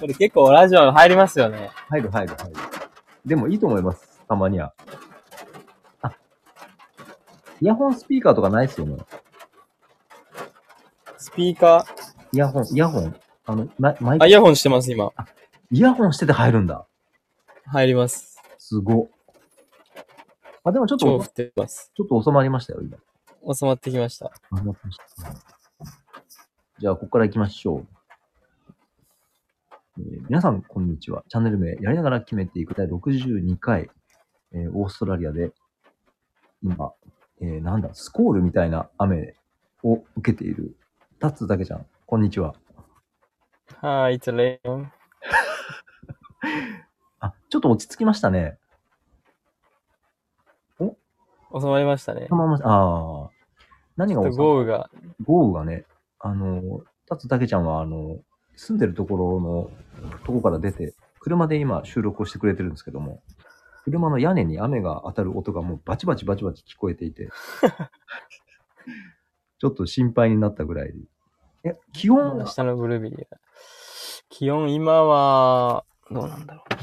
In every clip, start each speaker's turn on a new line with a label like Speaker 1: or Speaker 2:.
Speaker 1: これ結構ラジオ入りますよね。
Speaker 2: 入る。でもいいと思います。たまには。イヤホンスピーカーとかないっすよね。
Speaker 1: スピーカー
Speaker 2: イヤホン。マイク。
Speaker 1: イヤホンしてます、今。
Speaker 2: イヤホンしてて入るんだ。
Speaker 1: 入ります。
Speaker 2: すご。でもちょっ
Speaker 1: 超
Speaker 2: と、
Speaker 1: 振ってます。
Speaker 2: ちょっと収まりましたよ、今。
Speaker 1: 収まってきました。
Speaker 2: じゃあ、ここから行きましょう。皆さん、こんにちは。チャンネル名、やりながら決めていく第62回、オーストラリアで、今、スコールみたいな雨を受けている、タッツだけちゃん、こんにちは。
Speaker 1: Hi, it's Leon.
Speaker 2: ちょっと落ち着きましたね。
Speaker 1: 収まりましたね。
Speaker 2: 何が
Speaker 1: 豪雨が。
Speaker 2: 豪雨がね、タツだけちゃんは、住んでるところから出て、車で今収録をしてくれてるんですけども、車の屋根に雨が当たる音がもうバチバチ聞こえていて、ちょっと心配になったぐらいで。気温は
Speaker 1: 下のブルーベリー。気温今は、どうなんだろう。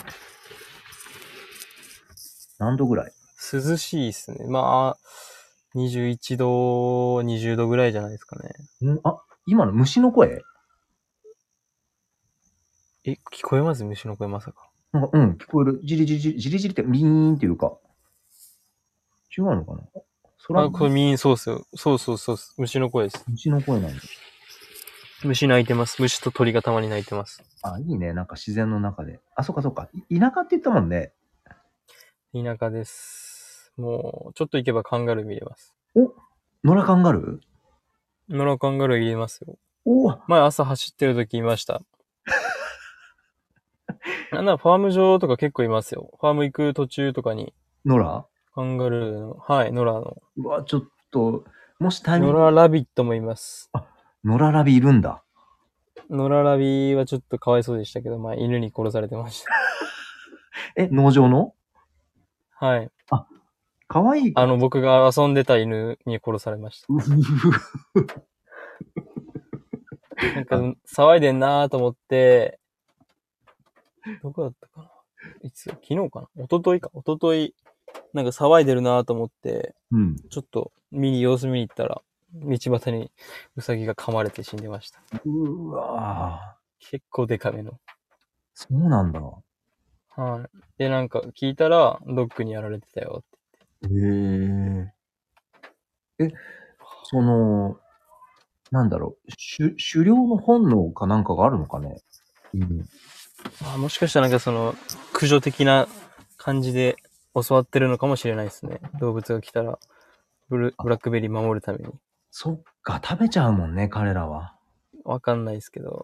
Speaker 2: 何度ぐらい？
Speaker 1: 涼しいですね。まあ、21度、20度ぐらいじゃないですかね。
Speaker 2: 今の虫の声？
Speaker 1: 聞こえます？虫の声まさか。
Speaker 2: 聞こえる。じりじりってビーンっていうか。違うのかな？
Speaker 1: これそうっすよ。そう。虫の声です。
Speaker 2: 虫の声なんだ。
Speaker 1: 虫鳴いてます。虫と鳥がたまに鳴いてます。
Speaker 2: いいね。なんか自然の中で。そっか。田舎って言ったもんね。
Speaker 1: 田舎です。もう、ちょっと行けばカンガルー見れます。
Speaker 2: 野良カンガルー？
Speaker 1: 野良カンガルー入れますよ。前朝走ってる時いました。ファーム場とか結構いますよ。ファーム行く途中とかに。
Speaker 2: 野良？
Speaker 1: カンガルーの、はい、野良の。
Speaker 2: うわ、ちょっと、もしタイミング。
Speaker 1: 野良ラビットもいます。
Speaker 2: 野良ラビいるんだ。
Speaker 1: 野良ラビはちょっとかわいそうでしたけど、犬に殺されてました。
Speaker 2: 農場の？
Speaker 1: はい。
Speaker 2: かわいい。
Speaker 1: 僕が遊んでた犬に殺されました。なんか、騒いでんなーと思って、どこだったかな？昨日かな？一昨日なんか騒いでるなーと思って、ちょっと様子見に行ったら、道端にウサギが噛まれて死んでました。
Speaker 2: うわ
Speaker 1: ー。結構デカめの。そう
Speaker 2: なんだ。
Speaker 1: はい。で、なんか聞いたら、ドッグにやられてたよって
Speaker 2: 言って。なんだろう、狩猟の本能かなんかがあるのかね？
Speaker 1: もしかしたらなんか駆除的な感じで教わってるのかもしれないですね。動物が来たら、ブラックベリー守るために。
Speaker 2: そっか、食べちゃうもんね、彼らは。
Speaker 1: わかんないですけど。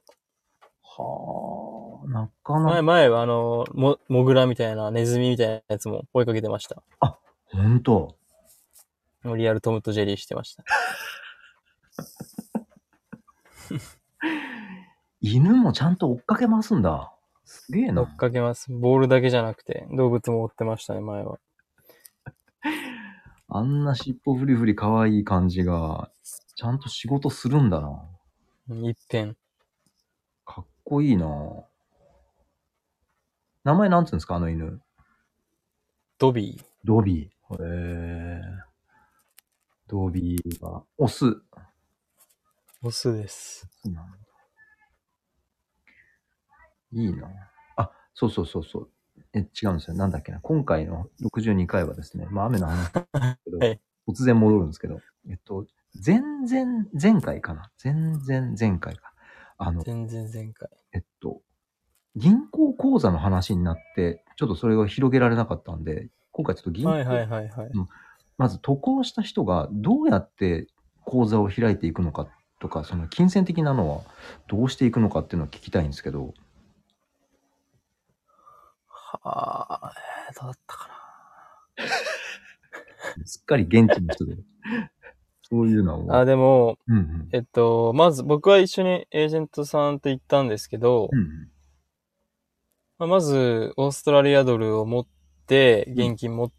Speaker 2: なかなか。
Speaker 1: 前はモグラみたいな、ネズミみたいなやつも追いかけてました。
Speaker 2: ほんと？
Speaker 1: リアルトムとジェリーしてました。
Speaker 2: 犬もちゃんと追っかけますんだ。すげえな。
Speaker 1: 追っかけます。ボールだけじゃなくて、動物も追ってましたね、前は。
Speaker 2: あんな尻尾フリフリ可愛い感じが、ちゃんと仕事するんだな。
Speaker 1: 一遍。
Speaker 2: かっこいいな。名前なんつうんですか、あの犬。
Speaker 1: ドビー。
Speaker 2: ドビー。ドビーが、オス。
Speaker 1: オスです。
Speaker 2: いいな。そう。違うんですよ。なんだっけな。今回の62回はですね、雨の話なんですけど、
Speaker 1: はい、
Speaker 2: 突然戻るんですけど、前回かな。前回か。
Speaker 1: 全然前回。
Speaker 2: 銀行口座の話になって、ちょっとそれを広げられなかったんで、今回ちょっと銀行、まず渡航した人がどうやって口座を開いていくのかとか、その金銭的なのはどうしていくのかっていうのを聞きたいんですけど。
Speaker 1: どうだったか
Speaker 2: な。すっかり現地の人で。そういうのは。
Speaker 1: でも、まず僕は一緒にエージェントさんと行ったんですけど、まず、オーストラリアドルを持って、現金持って、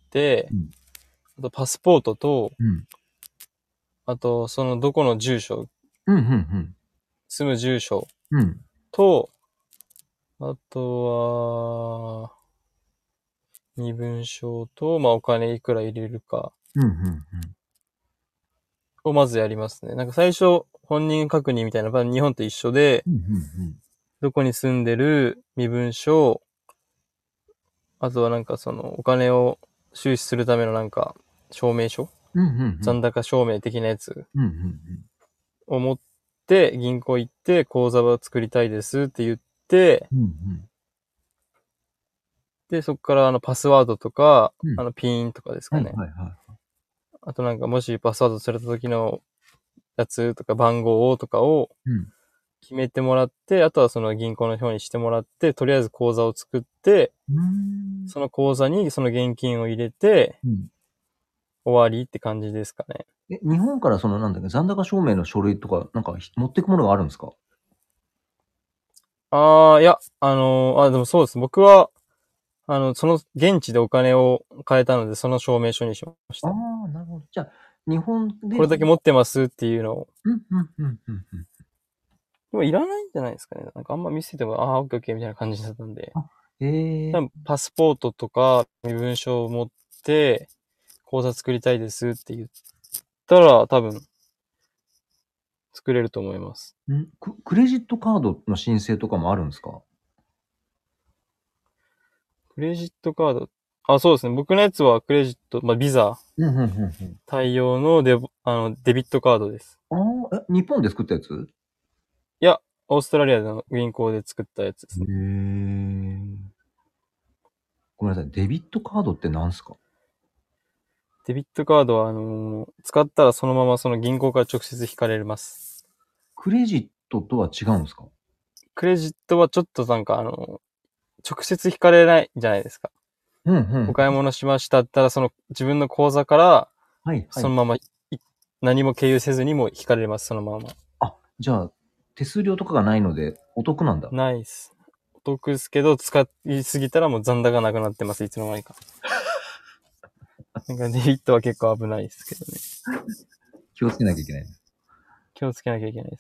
Speaker 1: あとパスポートと、あと、どこの住所、住む住所と、 あとは、身分証と、まあお金いくら入れるか
Speaker 2: うん、うん、
Speaker 1: をまずやりますね。なんか最初、本人確認みたいな、まあ日本と一緒で、
Speaker 2: うん。うん、うん、
Speaker 1: どこに住んでる身分証、あとはなんかそのお金を収支するためのなんか証明書
Speaker 2: うん。うん、うん、
Speaker 1: 残高証明的なやつ
Speaker 2: うん。うん、うん、
Speaker 1: を持って銀行行って口座を作りたいですって言って、
Speaker 2: うん。うん、
Speaker 1: で、そこからパスワードとか、
Speaker 2: うん。
Speaker 1: ピンとかです
Speaker 2: はい、
Speaker 1: かね。
Speaker 2: はい、は
Speaker 1: あとなんかもしパスワードされた時のやつとか番号とかを
Speaker 2: い。うん。
Speaker 1: 決めてもらって、あとはその銀行の表にしてもらって、とりあえず口座を作って、
Speaker 2: うーん。
Speaker 1: その口座にその現金を入れて、
Speaker 2: うん。
Speaker 1: 終わりって感じですかね。
Speaker 2: 日本からその、なんだっけ、残高証明の書類とか、なんか、持ってくものがあるんですか？
Speaker 1: いや、でもそうです。僕は、その現地でお金を変えたので、その証明書にしまし
Speaker 2: あ
Speaker 1: たね。
Speaker 2: あ、なるほど。じゃあ、日本で、
Speaker 1: これだけ持ってますっていうのを。
Speaker 2: うん、うん、うん、うん、うん。
Speaker 1: でもいらないんじゃないですかね。なんかあんま見せても、オッケーオッケーみたいな感じだったんで。
Speaker 2: あ、ええ。
Speaker 1: 多分パスポートとか身分証を持って、口座作りたいですって言ったら、多分作れると思います。
Speaker 2: クレジットカードの申請とかもあるんですか？
Speaker 1: クレジットカード。あ、そうですね。僕のやつはクレジット、まあ、ビザ
Speaker 2: うん、うん、うん、うん。
Speaker 1: 対応のデビットカードです。
Speaker 2: ああ、日本で作ったやつ？
Speaker 1: いや、オーストラリアの銀行で作ったやつです
Speaker 2: へ
Speaker 1: ね。
Speaker 2: え。ごめんなさい。デビットカードって何すか？
Speaker 1: デビットカードは、使ったらそのままその銀行から直接引かれます。
Speaker 2: クレジットとは違うんですか？
Speaker 1: クレジットはちょっとなんか直接引かれないじゃないですか。
Speaker 2: うん、うん。
Speaker 1: お買い物しましたって言ったら、その自分の口座から、
Speaker 2: はい、はい。
Speaker 1: そのまま何も経由せずにも引かれます、そのまま。
Speaker 2: あ、じゃあ、手数料とかがないのでお得なんだ。
Speaker 1: ナイス。お得ですけど、使いすぎたらもう残高なくなってます、いつの間にか。なんかデビットは結構危ないですけどね。
Speaker 2: 気をつけなきゃいけない。
Speaker 1: 気をつけなきゃいけないです。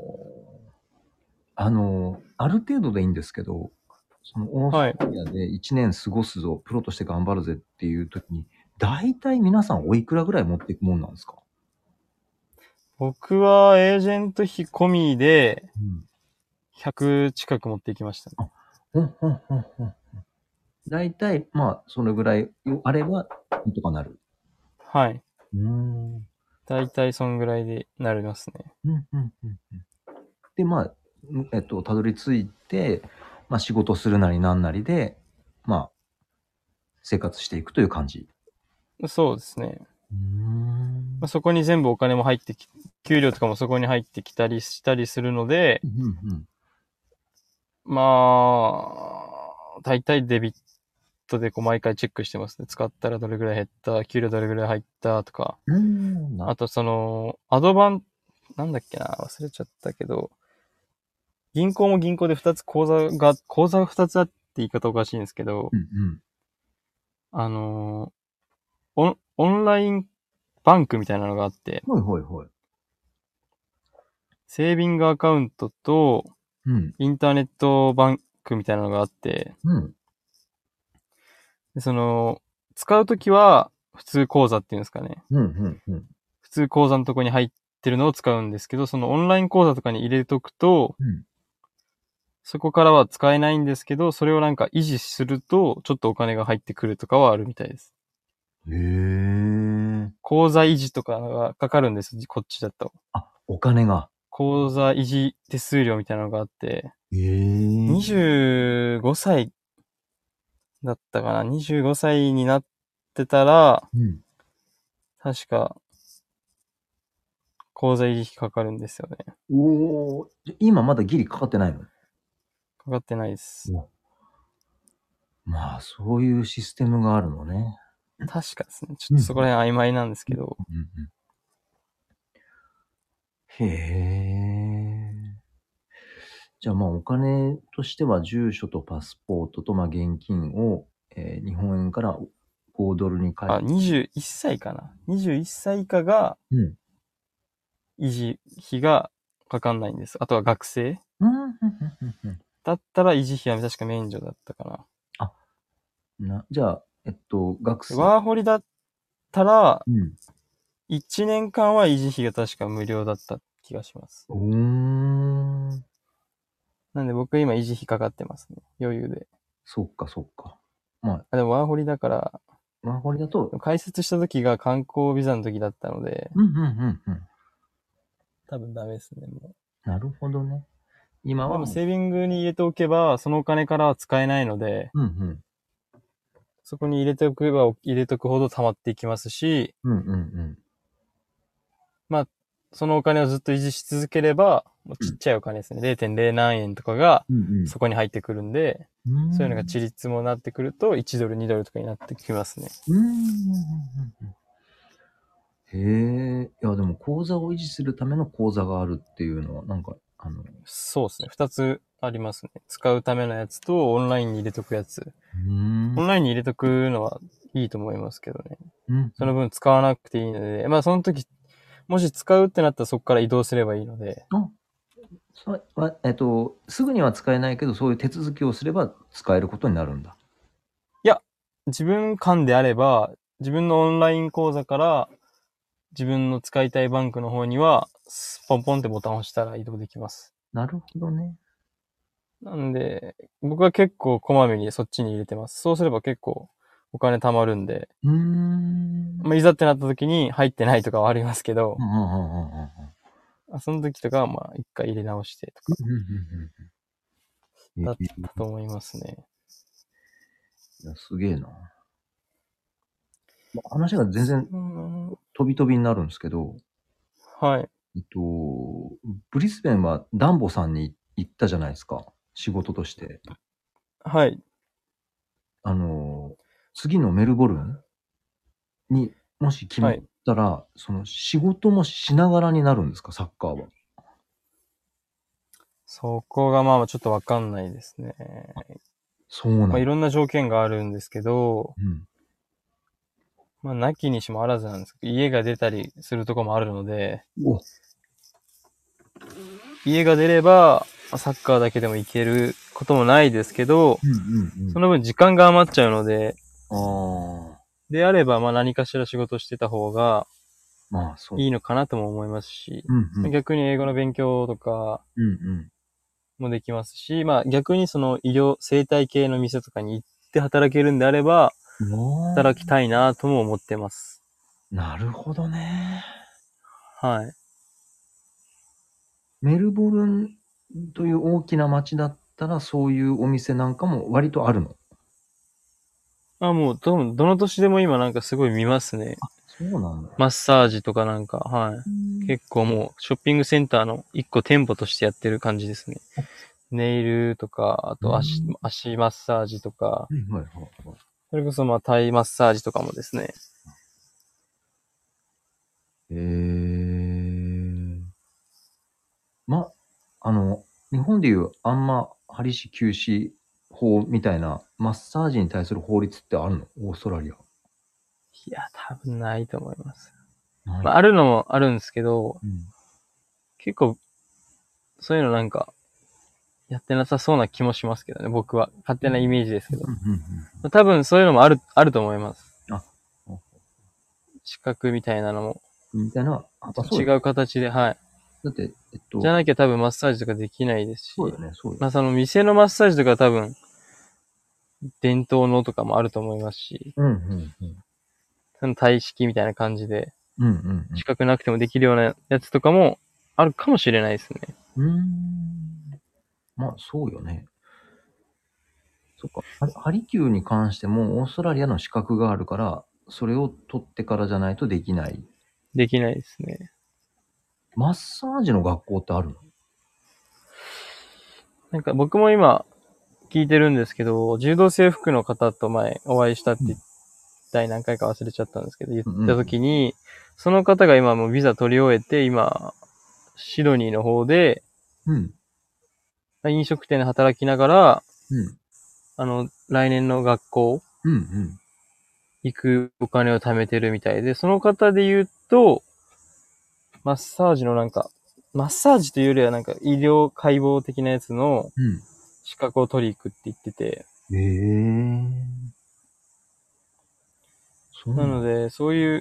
Speaker 2: ある程度でいいんですけど、そのオース
Speaker 1: はい。
Speaker 2: トラリアで1年過ごすぞ、プロとして頑張るぜっていう時に、大体皆さんおいくらぐらい持っていくもんなんですか？
Speaker 1: 僕はエージェント費込みで
Speaker 2: うん。
Speaker 1: 100近く持っていきましたね。
Speaker 2: あ、ほんほんほんほん。大体、まあ、それぐらいあれば、なんとかなる。
Speaker 1: はい。
Speaker 2: うーん。うん、
Speaker 1: だいたいそんぐらいでなりますね。
Speaker 2: うん、うん、うん。で、まあ、たどり着いて、まあ、仕事するなりなんなりで、まあ、生活していくという感じ。
Speaker 1: そうですね。
Speaker 2: うーん。
Speaker 1: そこに全部お金も入ってき、給料とかもそこに入ってきたりしたりするので、
Speaker 2: うん、うん。
Speaker 1: だいたいデビットでこう毎回チェックしてますね。使ったらどれぐらい減った、給料どれぐらい入ったとか。
Speaker 2: うーん、
Speaker 1: あとアドバン、なんだっけな、忘れちゃったけど、銀行も銀行で口座が2つあって言い方おかしいんですけど、
Speaker 2: うん、
Speaker 1: あのオンラインバンクみたいなのがあって、
Speaker 2: うん。はい、はい、はい。
Speaker 1: セービングアカウントと
Speaker 2: うん、
Speaker 1: インターネットバンクみたいなのがあって、
Speaker 2: うん、
Speaker 1: で使うときは普通口座っていうんですかね。
Speaker 2: うん、うん、うん。
Speaker 1: 普通口座のとこに入ってるのを使うんですけど、そのオンライン口座とかに入れとくと、
Speaker 2: うん。
Speaker 1: そこからは使えないんですけど、それをなんか維持すると、ちょっとお金が入ってくるとかはあるみたいです。
Speaker 2: へえ。
Speaker 1: 口座維持とかがかかるんです、こっちだと。
Speaker 2: あ、お金が。
Speaker 1: 口座維持手数料みたいなのがあって、
Speaker 2: へえ。
Speaker 1: 25歳だったかな？ 25 歳になってたら、
Speaker 2: うん。
Speaker 1: 確か口座維持費かかるんですよね。
Speaker 2: おお、今まだギリかかってないの？
Speaker 1: かかってないです。
Speaker 2: お、まあ、そういうシステムがあるのね。
Speaker 1: 確かですね。ちょっ
Speaker 2: うん。
Speaker 1: とそこら辺曖昧なんですけど、
Speaker 2: うん、うん。へえ。じゃあ、まあ、お金としては住所とパスポートと、まあ、現金を、日本円から5ドルに変え
Speaker 1: 21歳かな？ 21 歳以下が
Speaker 2: うん。
Speaker 1: 維持費がかかんないんです。あとは学生
Speaker 2: うん、ふんふんふんふん。
Speaker 1: だったら維持費は確か免除だったかな。
Speaker 2: じゃあ、学生。
Speaker 1: ワーホリだったら、
Speaker 2: うん。
Speaker 1: 1年間は維持費が確か無料だった気がします。なんで僕今維持費かかってますね。余裕で。
Speaker 2: そっかそっか。ま
Speaker 1: でもワーホリだから、
Speaker 2: あ、ワーホリだと、
Speaker 1: 開設した時が観光ビザの時だったので、
Speaker 2: うんうんうんうん。
Speaker 1: 多分ダメですね、も
Speaker 2: なるほどね。今
Speaker 1: う。で
Speaker 2: はもう、
Speaker 1: もセービングに入れておけば、そのお金からは使えないので、
Speaker 2: うんうん。
Speaker 1: そこに入れておけば入れとくほど溜まっていきますし、
Speaker 2: うんうんうん。
Speaker 1: まあ、そのお金をずっと維持し続ければ、もうちっちゃいお金ですね。0.0 何円とかが
Speaker 2: うん
Speaker 1: そこに入ってくるんで、
Speaker 2: うん。
Speaker 1: そういうのが塵率もなってくると、1ドル、2ドルとかになってきますね。
Speaker 2: うんうんうんへえ。いや、でも口座を維持するための口座があるっていうのは、なんか、
Speaker 1: そうですね。2つありますね。使うためのやつと、オンラインに入れとくやつ。オンラインに入れとくのはいいと思いますけどね。
Speaker 2: うん。
Speaker 1: その分使わなくていいので、まあその時、もし使うってなったらそこから移動すればいいので。
Speaker 2: すぐには使えないけど、そういう手続きをすれば使えることになるんだ。
Speaker 1: いや、自分間であれば、自分のオンライン口座から自分の使いたいバンクの方には、ポンポンってボタンを押したら移動できます。
Speaker 2: なるほどね。
Speaker 1: なんで、僕は結構こまめにそっちに入れてます。そうすれば結構お金貯まるんで、まあ、いざってなった時に入ってないとかはありますけど、その時とかはまあ一回入れ直してとか、だったと思いますね。
Speaker 2: いや、すげえな。話が全然飛び飛びになるんですけど、
Speaker 1: はい。
Speaker 2: ブリスベンはダンボさんに行ったじゃないですか。仕事として。
Speaker 1: はい。
Speaker 2: 次のメルボルンにもし決まったら、その仕事もしながらになるんですか、サッカーは。
Speaker 1: そこがまあちょっとわかんないですね。
Speaker 2: そうなんだ。
Speaker 1: まあいろんな条件があるんですけど、
Speaker 2: うん。
Speaker 1: まあなきにしもあらずなんですけど、家が出たりするとこもあるので、
Speaker 2: お
Speaker 1: 家が出れば、サッカーだけでも行けることもないですけど、その分時間が余っちゃうので、であれば、まあ何かしら仕事してた方が
Speaker 2: まあそう。
Speaker 1: いいのかなとも思いますし、
Speaker 2: うん。
Speaker 1: 逆に英語の勉強とか
Speaker 2: うん
Speaker 1: もできますし、まあ逆にその医療、生態系の店とかに行って働けるんであれば、働きたいなとも思ってます。
Speaker 2: なるほどね。
Speaker 1: はい。
Speaker 2: メルボルンという大きな街だったら、そういうお店なんかも割とあるの？
Speaker 1: もうどの年でも今なんかすごい見ますね。
Speaker 2: そうなんだ。
Speaker 1: マッサージとかなんか、はい。結構もうショッピングセンターの一個店舗としてやってる感じですね。ネイルとか、あと足マッサージとか、それこそまあタイマッサージとかもですね。
Speaker 2: 日本でいうあんま針師休止法みたいなマッサージに対する法律ってあるの？オーストラリア。
Speaker 1: いや、多分ないと思います。
Speaker 2: ない。
Speaker 1: まあ、あるのもあるんですけど、
Speaker 2: うん。
Speaker 1: 結構、そういうのなんか、やってなさそうな気もしますけどね、僕は。勝手なイメージですけど。多分そういうのもあると思います。
Speaker 2: あ、
Speaker 1: 資格みたいなのも。
Speaker 2: みたいな、
Speaker 1: 違う形で、はい。
Speaker 2: だって、
Speaker 1: じゃなきゃ多分マッサージとかできないですし。
Speaker 2: そうだよね、そうだよね。
Speaker 1: まあその店のマッサージとか多分、伝統のとかもあると思いますし。その体式みたいな感じで、資格なくてもできるようなやつとかもあるかもしれないですね。
Speaker 2: まあ、そうよね。そっか。ハリキューに関しても、オーストラリアの資格があるから、それを取ってからじゃないとできない。
Speaker 1: できないですね。
Speaker 2: マッサージの学校ってあるの？
Speaker 1: なんか僕も今聞いてるんですけど、柔道整復の方と前お会いしたって言った何回か忘れちゃったんですけど、言った時に、その方が今もうビザ取り終えて、今、シドニーの方で、飲食店で働きながら、来年の学校、行くお金を貯めてるみたいで、その方で言うと、マッサージのなんか、マッサージというよりはなんか医療解剖的なやつの、 資格を取り行くって言ってて。
Speaker 2: そう
Speaker 1: なので、そういう、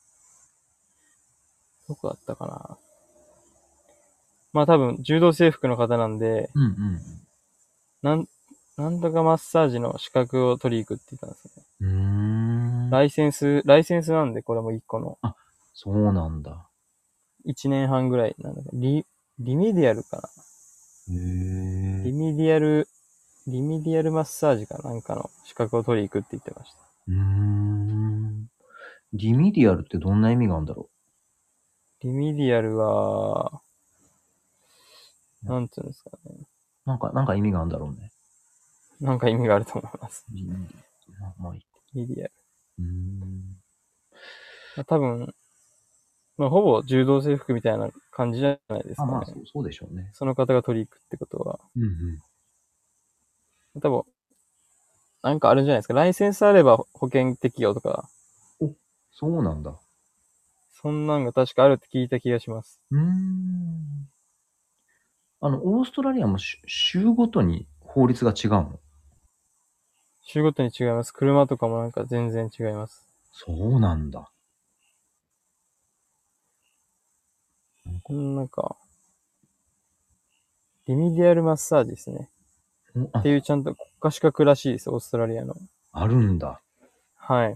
Speaker 1: どこだったかな。まあ多分、柔道整復の方なんで、
Speaker 2: うんうん。
Speaker 1: なんとかマッサージの資格を取り行くって言ったんですよね。
Speaker 2: ラ
Speaker 1: ライセンスなんで、これも一個の。
Speaker 2: あ、そうなんだ。
Speaker 1: 1年半ぐらいなんだリミディアルかな。リミディアルマッサージかなんかの資格を取り行くって言ってました。
Speaker 2: リミディアルってどんな意味があるんだろ
Speaker 1: リミディアルは、なんていうんですかね。
Speaker 2: なんか意味があるんだろうね。
Speaker 1: なんか意味があると思います。
Speaker 2: リミディアル。まあいい。
Speaker 1: リミディアル。多分、まあ、ほぼ柔道整復みたいな感じじゃないですかね。
Speaker 2: まあそうでしょうね。
Speaker 1: その方が取り行くってことは。多分、なんかあるんじゃないですか。ライセンスあれば保険適用とか。
Speaker 2: お、そうなんだ。
Speaker 1: そんなんが確かあるって聞いた気がします。
Speaker 2: オーストラリアも州ごとに法律が違うの？
Speaker 1: 州ごとに違います。車とかもなんか全然違います。
Speaker 2: そうなんだ。
Speaker 1: なんか、リミディアルマッサージですね。っていうちゃんと国家資格らしいです、オーストラリアの。
Speaker 2: あるんだ。
Speaker 1: はい。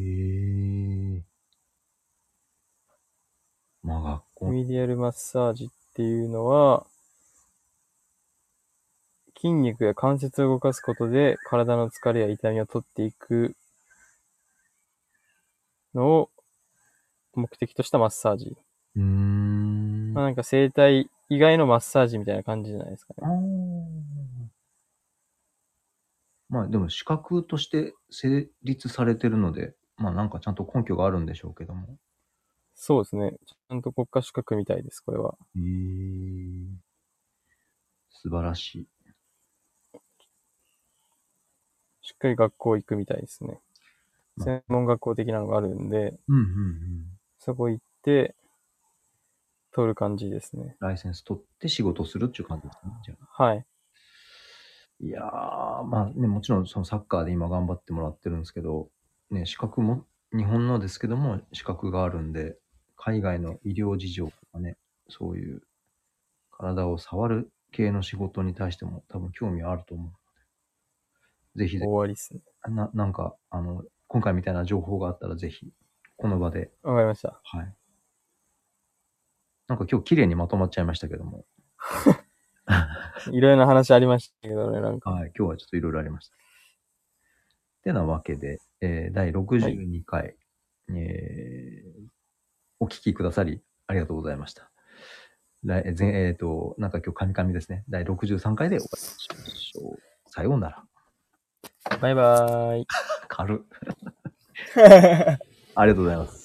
Speaker 2: まあ学校。
Speaker 1: リミディアルマッサージっていうのは、筋肉や関節を動かすことで体の疲れや痛みを取っていくのを目的としたマッサージ。まあなんか整体以外のマッサージみたいな感じじゃないですかね。
Speaker 2: まあでも資格として成立されてるので、まあなんかちゃんと根拠があるんでしょうけども。
Speaker 1: そうですね。ちゃんと国家資格みたいです、これは。
Speaker 2: 素晴らしい。
Speaker 1: しっかり学校行くみたいですね。専門学校的なのがあるんで、そこ行って、取る感じですね。
Speaker 2: ライセンス取って仕事するっていう感じですね。じゃ
Speaker 1: あ。はい。
Speaker 2: いやー、まあね、もちろんそのサッカーで今頑張ってもらってるんですけど、ね、資格も、日本のですけども、資格があるんで、海外の医療事情とかね、そういう体を触る系の仕事に対しても多分興味はあると思うので、ぜひぜ
Speaker 1: 終わりっすね。
Speaker 2: なんか、今回みたいな情報があったらぜひ、この場で。
Speaker 1: わかりました。
Speaker 2: はい。なんか今日綺麗にまとまっちゃいましたけども。
Speaker 1: いろいろな話ありましたけどね、なんか。
Speaker 2: はい、今日はちょっといろいろありました。てなわけで、第62回、お聞きくださり、ありがとうございました。なんか今日カミカミですね。第63回でお会いしましょう。さようなら。
Speaker 1: バイバーイ。
Speaker 2: 軽っ。ありがとうございます。